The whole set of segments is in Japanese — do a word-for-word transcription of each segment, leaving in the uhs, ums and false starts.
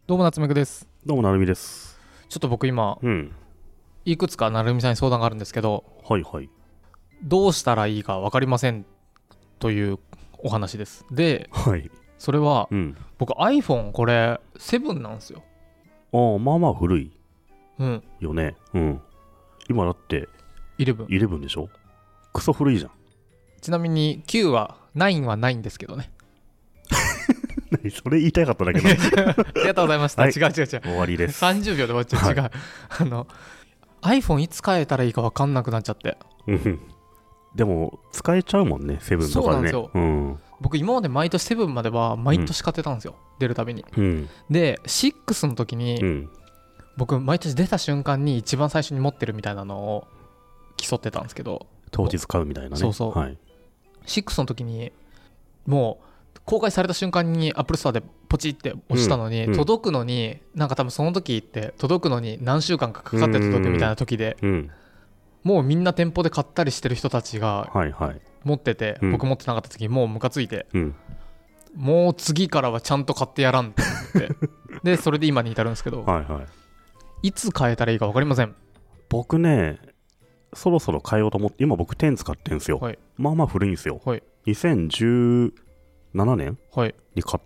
どうも夏目くです。 どうもなるみです。 ちょっと僕今、 うん、 いくつかなるみさんに相談があるんですけど、 はいはい。 どうしたらいいか分かりませんというお話です。で、 はい。 それは、 うん。 僕 iPhone これセブンなんですよ。 ああ、まあまあ古いうん。 よね。うん。今だってイレブン。 じゅういちでしょ。クソ古いじゃん。 ちなみにきゅうは、きゅうはないんですけどね。 何それ言いたかっただけど。 ありがとうございました。 はい、 違う違う違う。 終わりです。 さんじゅうびょうで終わっちゃう。違う。あの、iPhone いつ変えたらいいか分かんなくなっちゃって。 うん。でも、使えちゃうもんね、セブンとかでね。 そうなんですよ。うん。僕今まで毎年セブンまでは毎年買ってたんですよ。うん、出るたびに。うん、で、シックスの時に、うん、僕毎年出た瞬間に一番最初に持ってるみたいなのを競ってたんですけど、 当日買うみたいなね。 そうそう。はい、シックスの時にもう公開された瞬間に Apple Store でポチって押したのに、うん、届くのになんか多分その時って届くのに何週間かかかって届くみたいな時で、うんうん、もうみんな店舗で買ったりしてる人たちが持ってて、はいはい、僕持ってなかった時もうムカついて、うん、もう次からはちゃんと買ってやらんって思ってでそれで今に至るんですけど、はいはい、いつ変えたらいいか分かりません。 僕ねそろそろ変えようと思って今僕じゅう使ってるんですよ、はい、まあまあ古いんですよ、はい、にせんじゅうななねんに買って、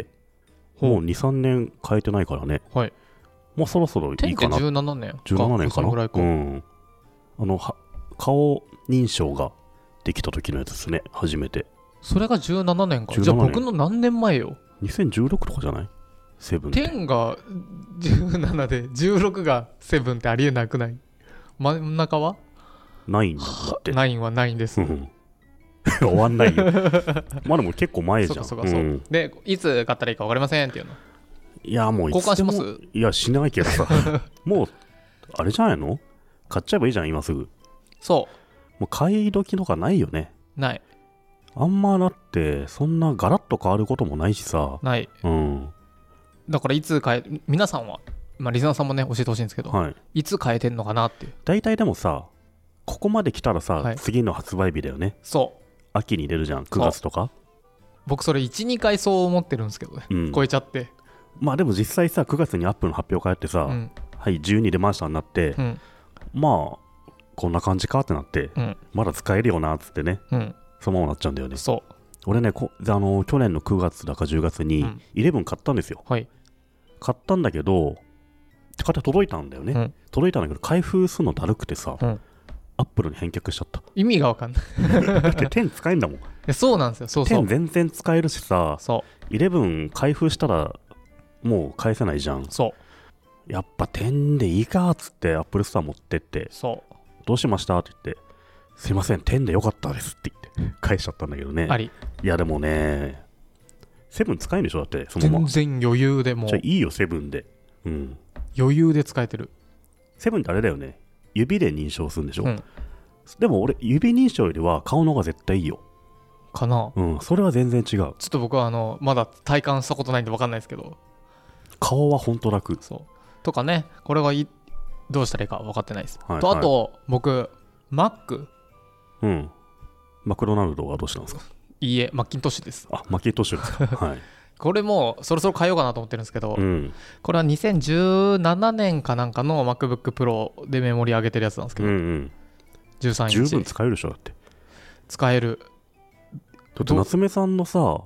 はい、もう にさんねん変えてないからね、はい、もうそろそろいいかな。 じゅうななねんじゅうななねんかな。 ぐらいか、うん、 あのは顔認証ができた時のやつですね、初めて。 それがじゅうななねんか。じゃあ僕の何年前よ。 にせんじゅうろくとかじゃない？セブンってじゅうがじゅうななでじゅうろくがセブンってありえなくない？真ん中はナインだって。 ナインはナインです、うん終わんないよまあでも結構前じゃん。 そうかそうかそう、うん、でいつ買ったらいいか分かりませんっていうの。 いやもういつでも交換します？ いやしないけどさもうあれじゃないの、買っちゃえばいいじゃん今すぐ。 そうもう買い時とかないよね。 ない。 あんまだってそんなガラッと変わることもないしさ。 ない、うん、だからいつ変え皆さんは、まあ、リスナーさんもね教えてほしいんですけど、はい、いつ変えてんのかなっていう。 大体でもさここまで来たらさ、はい、次の発売日だよね。 そう秋に出るじゃん、くがつとか。 僕それ いちにかいそう思ってるんですけどね、うん、超えちゃって。 まあでも実際さくがつにアップルの発表会やってさ、うん、はいじゅうに出ましたになって、うん、まあこんな感じかってなって、うん、まだ使えるよなっつってね、うん、そのままなっちゃうんだよね。 そう俺ねこあの去年のくがつだかじゅうがつにじゅういち買ったんですよ、はい、買ったんだけど買って届いたんだよね、うん、届いたんだけど開封するのだるくてさ、うん、アップルに返却しちゃった。 意味が分かんないだってじゅう使えんだもん。 そうなんですよ。そうそう、 じゅう全然使えるしさ、そうじゅういち開封したらもう返せないじゃん。そうやっぱじゅうでいいかっつってアップルストア持ってって、そうどうしましたって言って、すいませんじゅうでよかったですって言って返しちゃったんだけどね。あり。いやでもねセブン使えるでしょだって。そのまま全然余裕でもう。 じゃあいいよセブンで、うん、 余裕で使えてる。 セブンってあれだよね、指で認証するんでしょ、うん、でも俺指認証よりは顔の方が絶対いいよかな。 うん、それは全然違う。ちょっと僕はあのまだ体感したことないんで分かんないですけど、 顔はほんと楽。 そうとかね、これはいどうしたらいいか分かってないです、はいはい、とあと僕 Mac うん、マクドナルドはどうしたんですか？ いいえマッキントッシュです。 あ、マッキントッシュですかはい。 これもそろそろ変えようかなと思ってるんですけど、うん、これはにせんじゅうななねんかなんかの MacBook Pro でメモリ上げてるやつなんですけど、うんうん、じゅうさんインチ十分使えるでしょだって。 使える。 だって夏目さんのさ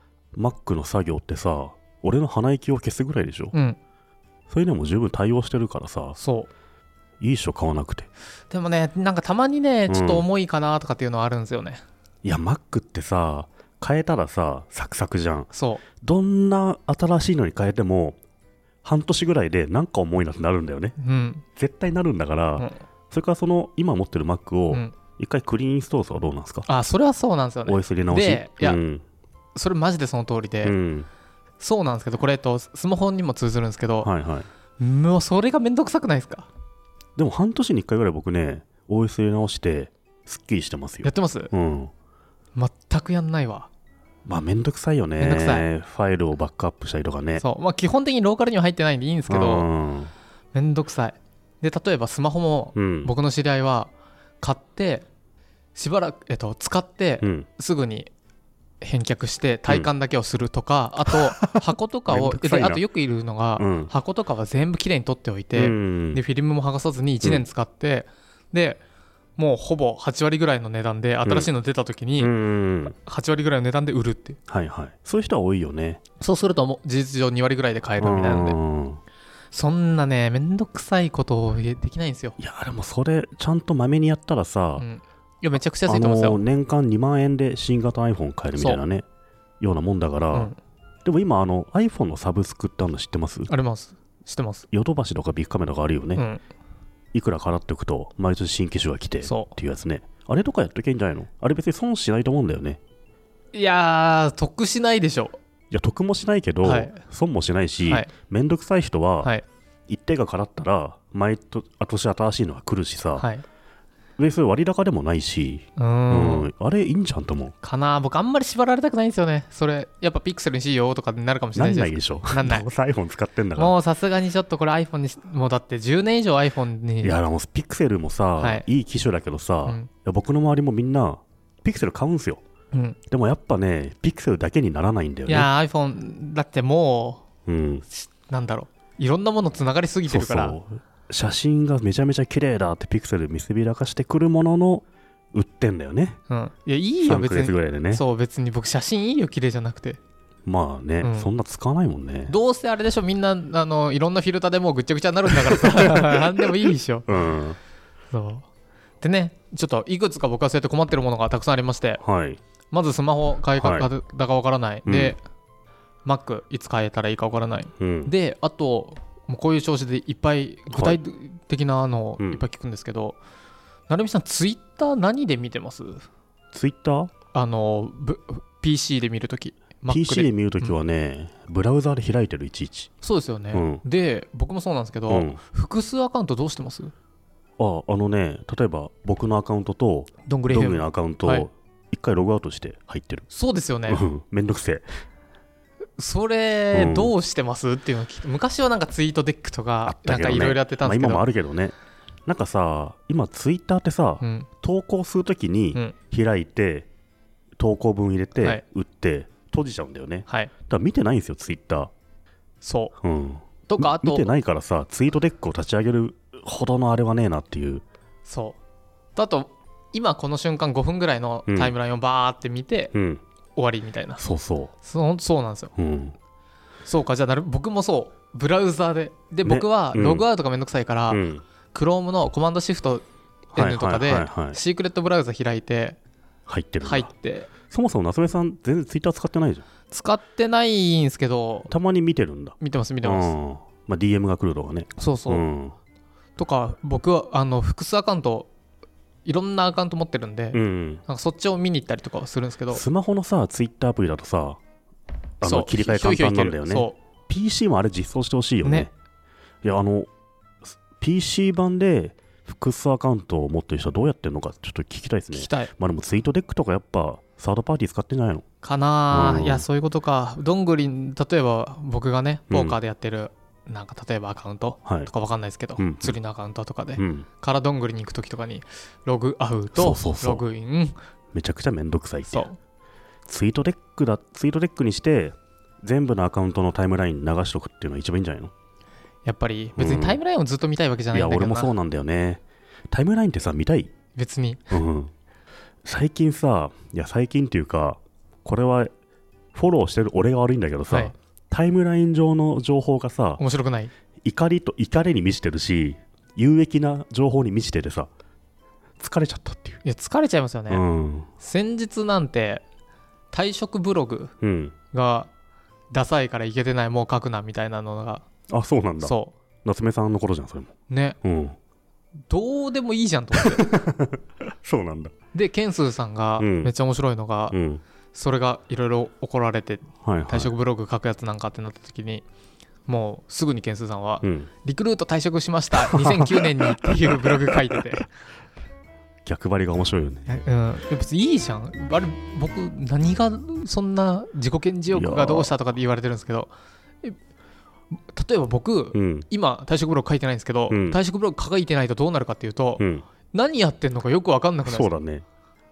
Mac の作業ってさ俺の鼻息を消すぐらいでしょ、うん、それでも十分対応してるからさ、そういいっしょ買わなくて。 でもねなんかたまにねちょっと重いかなとかっていうのはあるんですよね、 うん、いや Mac ってさ変えたらさサクサクじゃん。そうどんな新しいのに変えても半年ぐらいでなんか重いなってなるんだよね、うん、絶対なるんだから、うん、それからその今持ってる Mac を一回クリーンインストールはどうなんですか？ あ、それはそうなんですよね。 オーエス 入れ直しで、いや、 うん、 それマジでその通りで、うん、そうなんですけどこれとスマホにも通ずるんですけど、はいはい、もうそれがめんどくさくないですか？ でも半年にいっかいぐらい僕ね オーエス 入れ直してすっきりしてますよ。 やってます？うん、全くやんないわ。 まあめんどくさいよね。めんどくさい。ファイルをバックアップしたりとかね。 そう、まあ、基本的にローカルには入ってないんでいいんですけど、うん、めんどくさい。で例えばスマホも、うん、僕の知り合いは買ってしばらく、えっと、使って、うん、すぐに返却して体感だけをするとか、うん、あと箱とかをであとよくいるのが、うん、箱とかは全部きれいに取っておいて、うん、でフィルムも剥がさずにいちねん使って、うん、でもうほぼはちわりぐらいの値段で新しいの出た時にはちわりぐらいの値段で売るっていう、 うん、はいはい、そういう人は多いよね。 そうするともう事実上にわりぐらいで買えるみたいなので、うん、そんなねめんどくさいことをできないんですよ。 いやでもそれちゃんとまめにやったらさ、うん、 いやめちゃくちゃ安いと思うんですよ。 あの年間にまんえんで新型 iPhone 買えるみたいなねようなもんだから、うん、でも今あの iPhone のサブスクってあるの知ってます？ あります、知ってます。 ヨドバシとかビッグカメラがあるよね、うん、いくら払っておくと毎年新機種が来てっていうやつね。あれとかやっとけんじゃないの？あれ別に損しないと思うんだよね。 いやー得しないでしょ。 いや得もしないけど、はい、損もしないし、はい、めんどくさい人は、はい、一定が払ったら毎年新しいのが来るしさ、はい、でそれ割高でもないし、うーん、うん、あれいいんじゃんと思うかな。僕あんまり縛られたくないんですよね。それやっぱピクセルにしようとかになるかもしれないじゃないですか。 なんないでしょ。なんない iPhone 使ってんだからもうさすがにちょっとこれ iPhone にしもうだってじゅうねん以上 iPhone に。 いやもうピクセルもさ、はい、いい機種だけどさ、うん、いや僕の周りもみんなピクセル買うんすよ、うん、でもやっぱねピクセルだけにならないんだよね。 いや iPhone だってもう、うん、なんだろういろんなものつながりすぎてるから。そうそう写真がめちゃめちゃ綺麗だってピクセル見せびらかしてくるものの売ってんだよね、 うん、いやいいよ別にさんかげつぐらいでね。 そう別に僕写真いいよ綺麗じゃなくて。 まあね、うん、そんな使わないもんね。 どうせあれでしょみんなあのいろんなフィルターでもうぐっちゃぐちゃになるんだからさなんでもいいでしょ、うん、そうでねちょっといくつか僕はそうやって困ってるものがたくさんありまして、はい、まずスマホ買い方がわからない、はい、で、うん、Mac いつ買えたらいいかわからない、うん、であともうこういう調子でいっぱい具体的なのをいっぱい聞くんですけど、はい、うん、なるみさんツイッター何で見てます？ ツイッターあの ピーシー で見るときピーシー で見るときはね、うん、ブラウザーで開いてるいちいち。 そうですよね、うん、で僕もそうなんですけど、うん、複数アカウントどうしてます？ああのね例えば僕のアカウントとどんぐりのアカウントを一回ログアウトして入ってる。 そうですよね、 めんどくせえ。 それどうしてます、うん、っていうのを聞いて、昔はなんかツイートデックとかなんかいろいろやってたんですけど、 まあ、今もあるけどね。なんかさ今ツイッターってさ、うん、投稿するときに開いて、うん、投稿文入れて、はい、打って閉じちゃうんだよね、はい、だから見てないんですよツイッター。 そう、 うん、 とかあと見てないからさツイートデックを立ち上げるほどのあれはねえなっていう。 そうあと今この瞬間ごふんぐらいのタイムラインをバーって見て、うん、終わりみたいな。 そうそうそそうなんですよ、うん、そうかじゃあなる僕もそうブラウザーでで、ね、僕はログアウトがめんどくさいから、うん、Chrome のコマンドシフト N とかでシークレットブラウザ開いて入ってる入ってそもそも夏目さん全然ツイッター使ってないじゃん。 使ってないんですけどたまに見てるんだ。 見てます見てます、うんまあ、ディーエム が来るとかね。 そうそう、うん、とか僕はあの複数アカウントいろんなアカウント持ってるんで、うん、なんかそっちを見に行ったりとかはするんですけど、 スマホのさツイッターアプリだとさあの切り替え簡単なんだよね。そう ピーシー もあれ実装してほしいよ ね, ねいやあの ピーシー 版で複数アカウントを持ってる人はどうやってるのかちょっと聞きたいですね。 聞きたい。 まあでもツイートデックとかやっぱサードパーティー使ってんじゃないのかな、うん、いやそういうことか。どんぐり例えば僕がねポーカーでやってる、うん、なんか例えばアカウントとかわかんないですけど、はい、釣りのアカウントとかで、うん、からどんぐりに行くときとかにログアウトそうそうそうログインめちゃくちゃめんどくさいって。そうツイートデックだツイートデックにして全部のアカウントのタイムライン流しとくっていうのが一番いいんじゃないの。 やっぱり別にタイムラインをずっと見たいわけじゃないんだけどな、 うん、いや俺もそうなんだよね。タイムラインってさ見たい別に、 うん、最近さいや最近っていうかこれはフォローしてる俺が悪いんだけどさ、はい、タイムライン上の情報がさ面白くない。 怒りと怒りに満ちてるし有益な情報に満ちててさ疲れちゃったっていう。 いや疲れちゃいますよね、うん、先日なんて退職ブログがダサいからいけてないもう書くなみたいなのが、 あそうなんだ。そう夏目さんの頃じゃんそれもね、うん、どうでもいいじゃんと思ってそうなんだ。でケンスーさんがめっちゃ面白いのが、うん、それがいろいろ怒られて、はいはい、退職ブログ書くやつなんかってなった時にもうすぐにケンスーさんは、うん、リクルート退職しましたにせんきゅうねんにっていうブログ書いてて逆張りが面白いよね、 うん、別にいいじゃん。あれ僕何がそんな自己顕示欲がどうしたとかって言われてるんですけど、え例えば僕、うん、今退職ブログ書いてないんですけど、うん、退職ブログ書いてないとどうなるかっていうと、うん、何やってんのかよく分かんなくなる。 そうだね。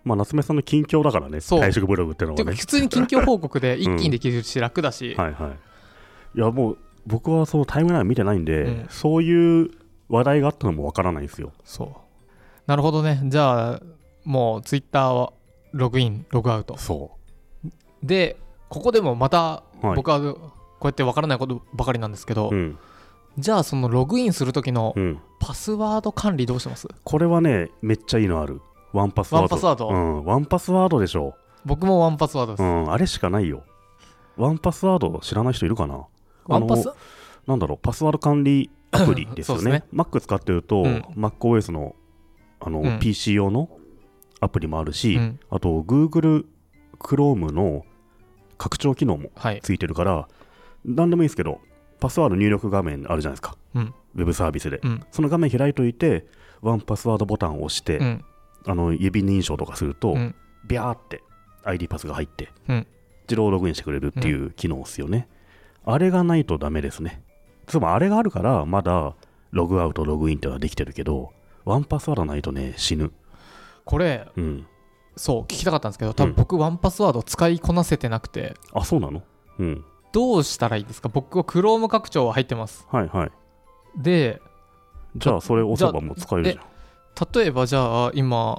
まあ夏目さんの近況だからね、退職ブログってのはね。 てか普通に近況報告で一気にできるし楽だし、 うん、はいはい。いやもう僕はそのタイムライン見てないんで、うん、そういう話題があったのもわからないんですよ。 そう。なるほどね。じゃあもうツイッターはログインログアウト。 そうでここでもまた僕はこうやってわからないことばかりなんですけど、はい、うん、じゃあそのログインする時のパスワード管理どうしてます？ これはねめっちゃいいのある。ワンパスワード。ワンパスワード、うん、ワンパスワードでしょ。 僕もワンパスワードです、 うん、あれしかないよ。ワンパスワード知らない人いるかな。 ワンパスなんだろう、パスワード管理アプリですよね。ね Mac 使ってると、うん、MacOS の, あの、うん、ピーシー 用のアプリもあるし、うん、あと Google Chrome の拡張機能もついてるから、はい、何でもいいですけどパスワード入力画面あるじゃないですか、うん、ウェブサービスで、うん、その画面開いといてワンパスワードボタンを押して、うん、あの指認証とかすると、うん、ビャーって アイディー パスが入って、うん、自動ログインしてくれるっていう機能ですよね、うん、あれがないとダメですね。つまりあれがあるからまだログアウトログインってのはできてるけど、ワンパスワードないとね死ぬ。 これ、うん、そう聞きたかったんですけど、多分僕ワンパスワード使いこなせてなくて、 うん、あ、そうなの？うん。 どうしたらいいですか？僕は Chrome 拡張は入ってます。 はいはい。 で、 じゃあそれ押せばもう使えるじゃん。 例えばじゃあ今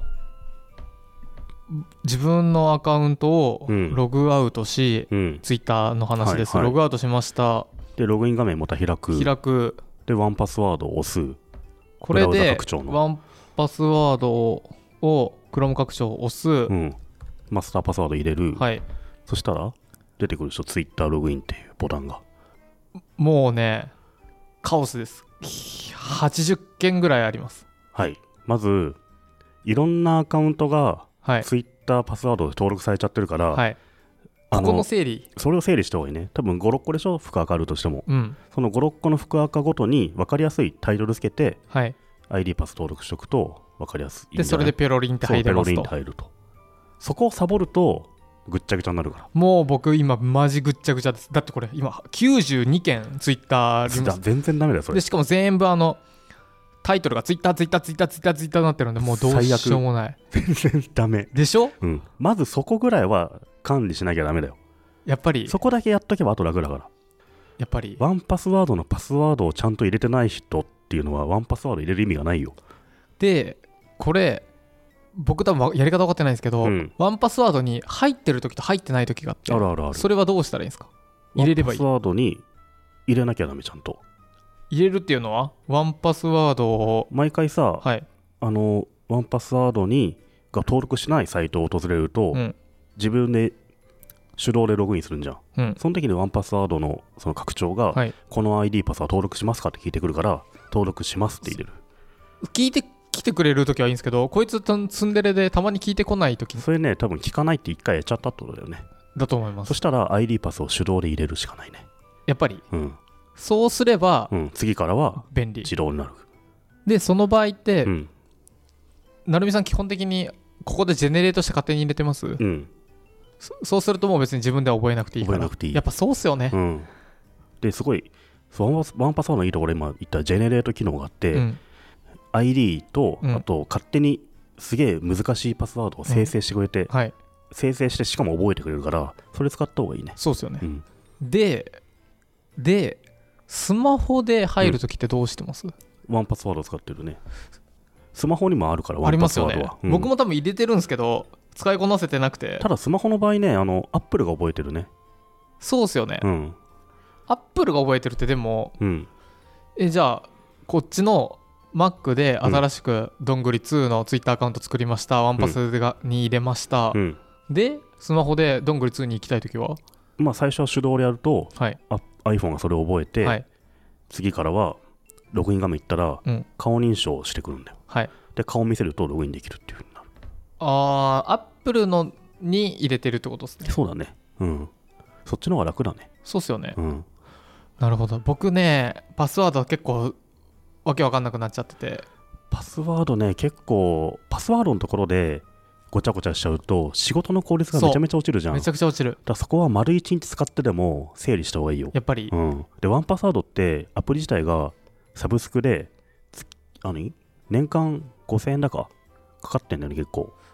自分のアカウントをログアウトし、うん、Twitter の話です、はいはい、ログアウトしました。 でログイン画面また開く。 開く。 でワンパスワードを押す。 これでワンパスワードを Chrome 拡張を押す、うん、 マスターパスワード入れる、 はい、 そしたら出てくるでしょ、Twitter ログインっていうボタンが。 もうねカオスです。はちじゅっけんぐらいあります。 はい。まずいろんなアカウントが Twitter パスワードで登録されちゃってるから、はい、 ここの整理、 それを整理した方がいいね。多分ご、ろっこでしょ、副アカあるとしても、うん、そのご、ろっこの副アカごとに分かりやすいタイトルつけて、はい、アイディー パス登録しておくと分かりやすい。 でそれでペロリンって入れますと。 ペロリンって入ると。そこをサボるとぐっちゃぐちゃになるから。 もう僕今マジぐっちゃぐちゃです。だってこれ今きゅうじゅうにけんツイッターあります。 全然ダメだよそれ。 でしかも全部あのタイトルがツイッターツイッターツイッターツイッターツイッターになってるんで、もうどうしようもない。 全然ダメでしょ、 うん、まずそこぐらいは管理しなきゃダメだよ。 やっぱりそこだけやっとけばあと楽だから。 やっぱりワンパスワードのパスワードをちゃんと入れてない人っていうのはワンパスワード入れる意味がないよ。 でこれ僕多分やり方分かってないんですけど、うん、ワンパスワードに入ってる時と入ってない時があって、 あるあるある。 それはどうしたらいいんですか？入れればいい。 ワンパスワードに入れなきゃダメ。ちゃんと入れるっていうのはワンパスワードを毎回さ、はい、あのワンパスワードにが登録しないサイトを訪れると、うん、自分で手動でログインするんじゃん、うん、その時にワンパスワード の, その拡張が、はい、この アイディー パスは登録しますかって聞いてくるから登録しますって入れる。 聞いて来てくれるときはいいんですけど、こいつツンデレでたまに聞いてこないとき、 それね多分聞かないって一回やっちゃったってことだよね。 だと思います。 そしたら アイディー パスを手動で入れるしかないね。 やっぱり、うん、そうすれば、 うん、次からは便利自動になる。 でその場合って、うん、なるみさん基本的にここでジェネレートして勝手に入れてます、うん、そ, そうするともう別に自分では覚えなくていいから。 覚えなくていい。 やっぱそうっすよね、うん、 ですごいワンパスワードのいいところ今言ったジェネレート機能があって、うん、アイディー と、うん、あと勝手にすげえ難しいパスワードを生成してくれて、うんはい、生成してしかも覚えてくれるからそれ使った方がいいね。 そうですよね、うん、ででスマホで入るときってどうしてます？うん、 ワンパスワードを使ってるね。スマホにもあるからワンパスワードは、ね、 うん、僕も多分入れてるんですけど使いこなせてなくて。 ただスマホの場合ね、あのアップルが覚えてるね。 そうっすよね、うん、アップルが覚えてるってでも、うん、えじゃあこっちの Mac で新しくどんぐりツーの Twitter アカウント作りました、うん、ワンパスがに入れました、うん、でスマホでどんぐりツーに行きたいときは、 まあ、最初は手動でやると、はい、iPhone がそれを覚えて、はい、次からはログイン画面行ったら、うん、顔認証してくるんだよ、はい、で顔見せるとログインできるっていう風になる。 あー、アップルのに入れてるってことですね。 そうだね、うん、そっちの方が楽だね。 そうっすよね、うん、なるほど。僕ねパスワード結構わけわかんなくなっちゃってて。 パスワードね結構パスワードのところでごちゃごちゃしちゃうと仕事の効率がめちゃめちゃ落ちるじゃん。 めちゃくちゃ落ちる。 だからそこは丸一日使ってでも整理した方がいいよ、 やっぱり、 うん、でワンパスワードってアプリ自体がサブスクで何年間ごせんえんだかかかってんだよね結構。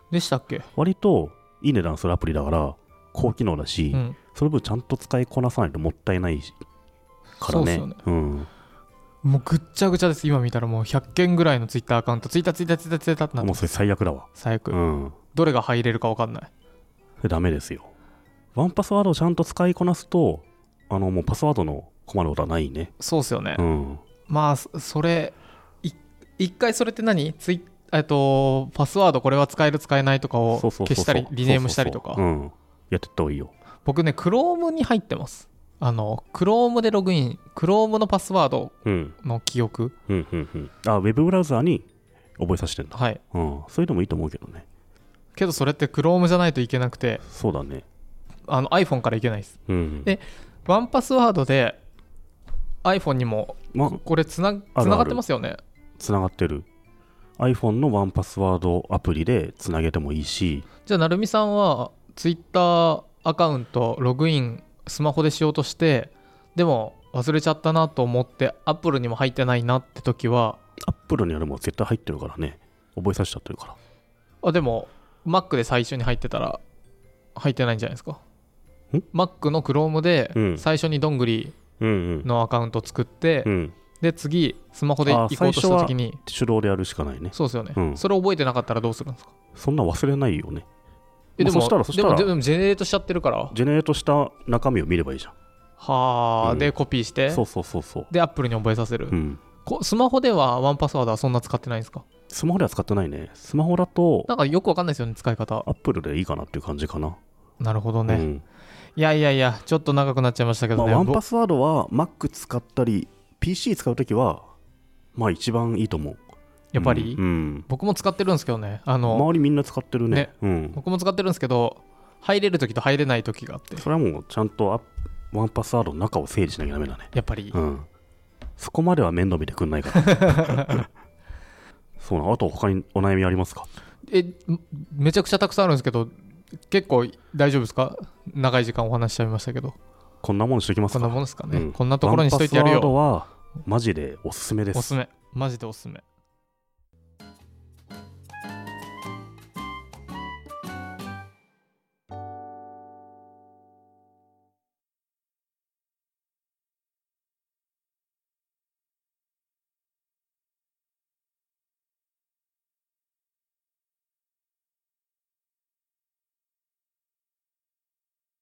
でしたっけ。 割といい値段するアプリだから高機能だし、うん、その分ちゃんと使いこなさないともったいないからね。そうですよね、うん、 もうぐっちゃぐちゃです。今見たらもうひゃっけんぐらいのツイッターアカウントツイッターツイッターツイッターツイッターってなって、 もうそれ最悪だわ。 最悪、うん、どれが入れるか分かんない。 それダメですよ。ワンパスワードをちゃんと使いこなすと、あのもうパスワードの困ることはないね。 そうですよね、 うん、 まあそれい一回それって何ツイえっとパスワードこれは使える使えないとかを消したりリネームしたりとかやってった方がいいよ。 僕ね Chrome に入ってます。あの Chrome でログイン Chrome のパスワードの記憶、 うんうんうんうん、あウェブブラウザーに覚えさせてんだ。 はい、 うん、そういうのもいいと思うけどね。 けどそれって Chrome じゃないといけなくて。 そうだね、 あの iPhone からいけないです、うん、でワンパスワードで iPhone にもこれつな、ま、つながってますよね。 つながってる。 iPhone のワンパスワードアプリでつなげてもいいし。 じゃあなるみさんは Twitter アカウントログインスマホでしようとしてでも忘れちゃったなと思って Apple にも入ってないなって時は Apple にはでも絶対入ってるからね。覚えさせちゃってるから。 あでも Mac で最初に入ってたら入ってないんじゃないですか。Mac の Chrome で最初にどんぐりのアカウント作って、うんうん、で次スマホで行こうとした時に手動でやるしかないね。 そうですよね、うん、それ覚えてなかったらどうするんですか。 そんな忘れないよね。 えでも、 まあ、そしたらそしたらでもでもジェネレートしちゃってるからジェネレートした中身を見ればいいじゃん。 はあ、うん、でコピーしてそうそうそうそうで Apple に覚えさせる、 うん、 こスマホではワンパスワードはそんな使ってないんですか。 スマホでは使ってないね。スマホだとなんかよくわかんないですよね使い方。 Apple でいいかなっていう感じかな。 なるほどね、うん、いやいやいやちょっと長くなっちゃいましたけどね、 まあ、ワンパスワードは Mac 使ったり ピーシー 使うときはまあ一番いいと思う。 やっぱり、 うんうん、 僕も使ってるんですけどね。あの周りみんな使ってるね、ね、うん、 僕も使ってるんですけど入れるときと入れないときがあって。 それはもうちゃんとワンパスワードの中を整理しなきゃダメだね。 やっぱり、 うん、そこまでは面倒見てくんないからそうな。あと他にお悩みありますか。 えめちゃくちゃたくさんあるんですけど結構大丈夫ですか。長い時間お話しちゃいましたけど。 こんなもんにしときますか。 こんなもんですかね、うん、こんなところにしといてやるよ。 ワンパスワードはマジでおすすめです。 おすすめマジでおすすめ。